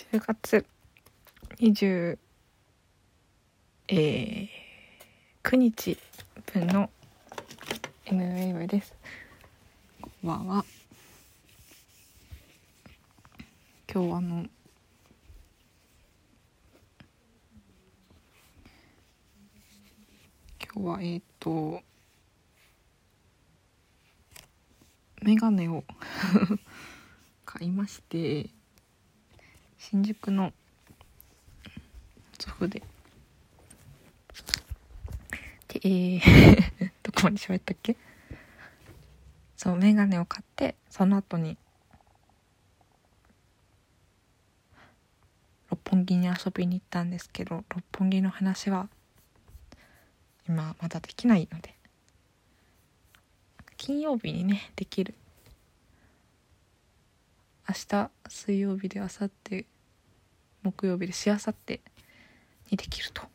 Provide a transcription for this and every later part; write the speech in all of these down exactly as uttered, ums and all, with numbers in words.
じゅうがつにじゅうくにち分の エヌウェーブ です。こんばんは。今日あの今日はえー、っとメガネを買いまして、新宿のゾフでで、えー、どこまで喋ったっけ。そう、メガネを買って、その後に六本木に遊びに行ったんですけど、六本木の話は今まだできないので、金曜日にねできる。明日水曜日で、明後日木曜日で、しあさってにできると。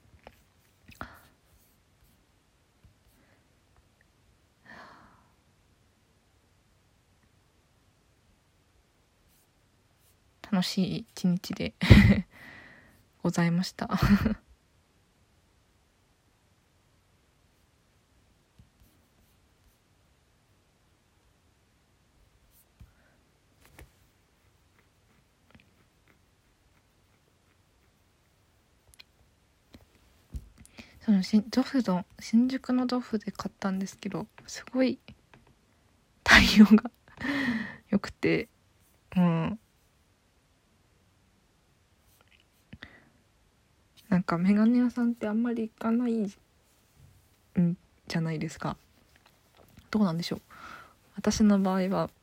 楽しい一日でございましたそのしドフの新宿のドフで買ったんですけど、すごい対応が良くて、うんなんかメガネ屋さんってあんまり行かないんじゃないですか。どうなんでしょう。私の場合は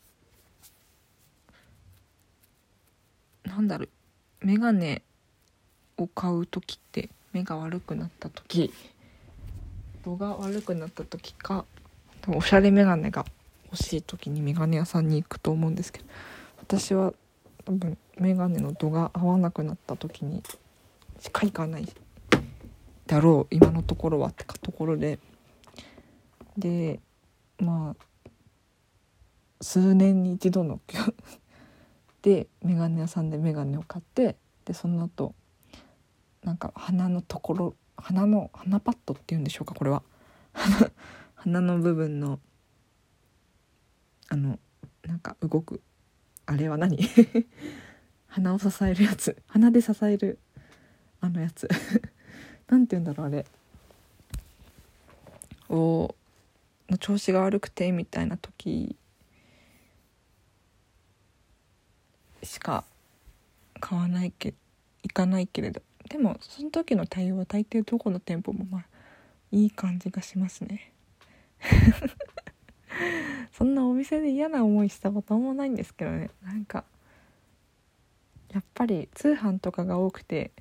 なんだろう、メガネを買う時って目が悪くなった時、度が悪くなった時か、多分おしゃれメガネが欲しい時にメガネ屋さんに行くと思うんですけど、私は多分メガネの度が合わなくなった時にしか行かないだろう今のところはってかところで、でまあ数年に一度のでメガネ屋さんでメガネを買って、でその後なんか鼻のところ、鼻の鼻パッドっていうんでしょうか、これは鼻の部分のあのなんか動くあれは何鼻を支えるやつ、鼻で支えるあのやつなんて言うんだろう、あれをの調子が悪くてみたいな時しか買わないけ行かないけれど、でもその時の対応は大抵どこの店舗もまあいい感じがしますねそんなお店で嫌な思いしたこともないんですけどね。なんかやっぱり通販とかが多くて、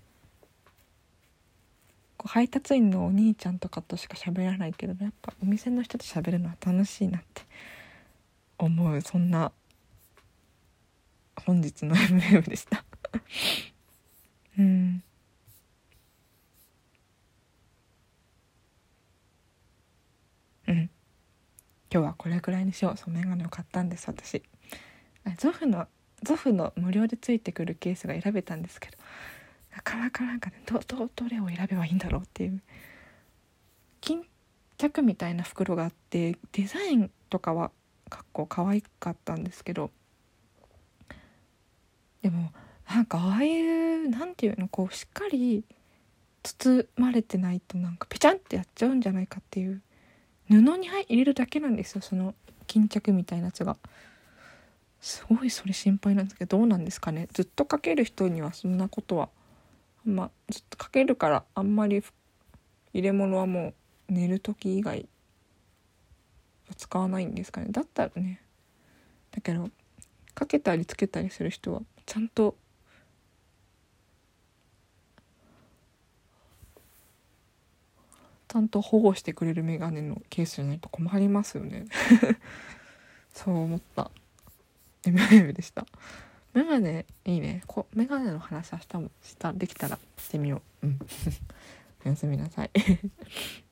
こう配達員のお兄ちゃんとかとしか喋らないけど、やっぱお店の人と喋るのは楽しいなって思う、そんな本日の エムエム でしたうんうん今日はこれくらいにしよう。そうメガネを買ったんです私。ゾフのゾフの無料でついてくるケースが選べたんですけど、なかなかなんかね、どどどれを選べばいいんだろうっていう。巾着みたいな袋があって、デザインとかはかっこ可愛かったんですけど、でもなんかああいうなんていうの、こうしっかり包まれてないとなんかペチャンってやっちゃうんじゃないかっていう、布に入れるだけなんですよ、その巾着みたいなやつが。すごいそれ心配なんですけど、どうなんですかね。ずっとかける人にはそんなことは、まあずっとかけるからあんまり入れ物はもう寝る時以外使わないんですかね。だったらね、だけどかけたりつけたりする人はちゃんとちゃんと保護してくれるメガネのケースじゃないと困りますよねそう思った エムエム でした。メガネいいね。こメガネの話明日もしたできたらしてみよう。うんおやすみなさい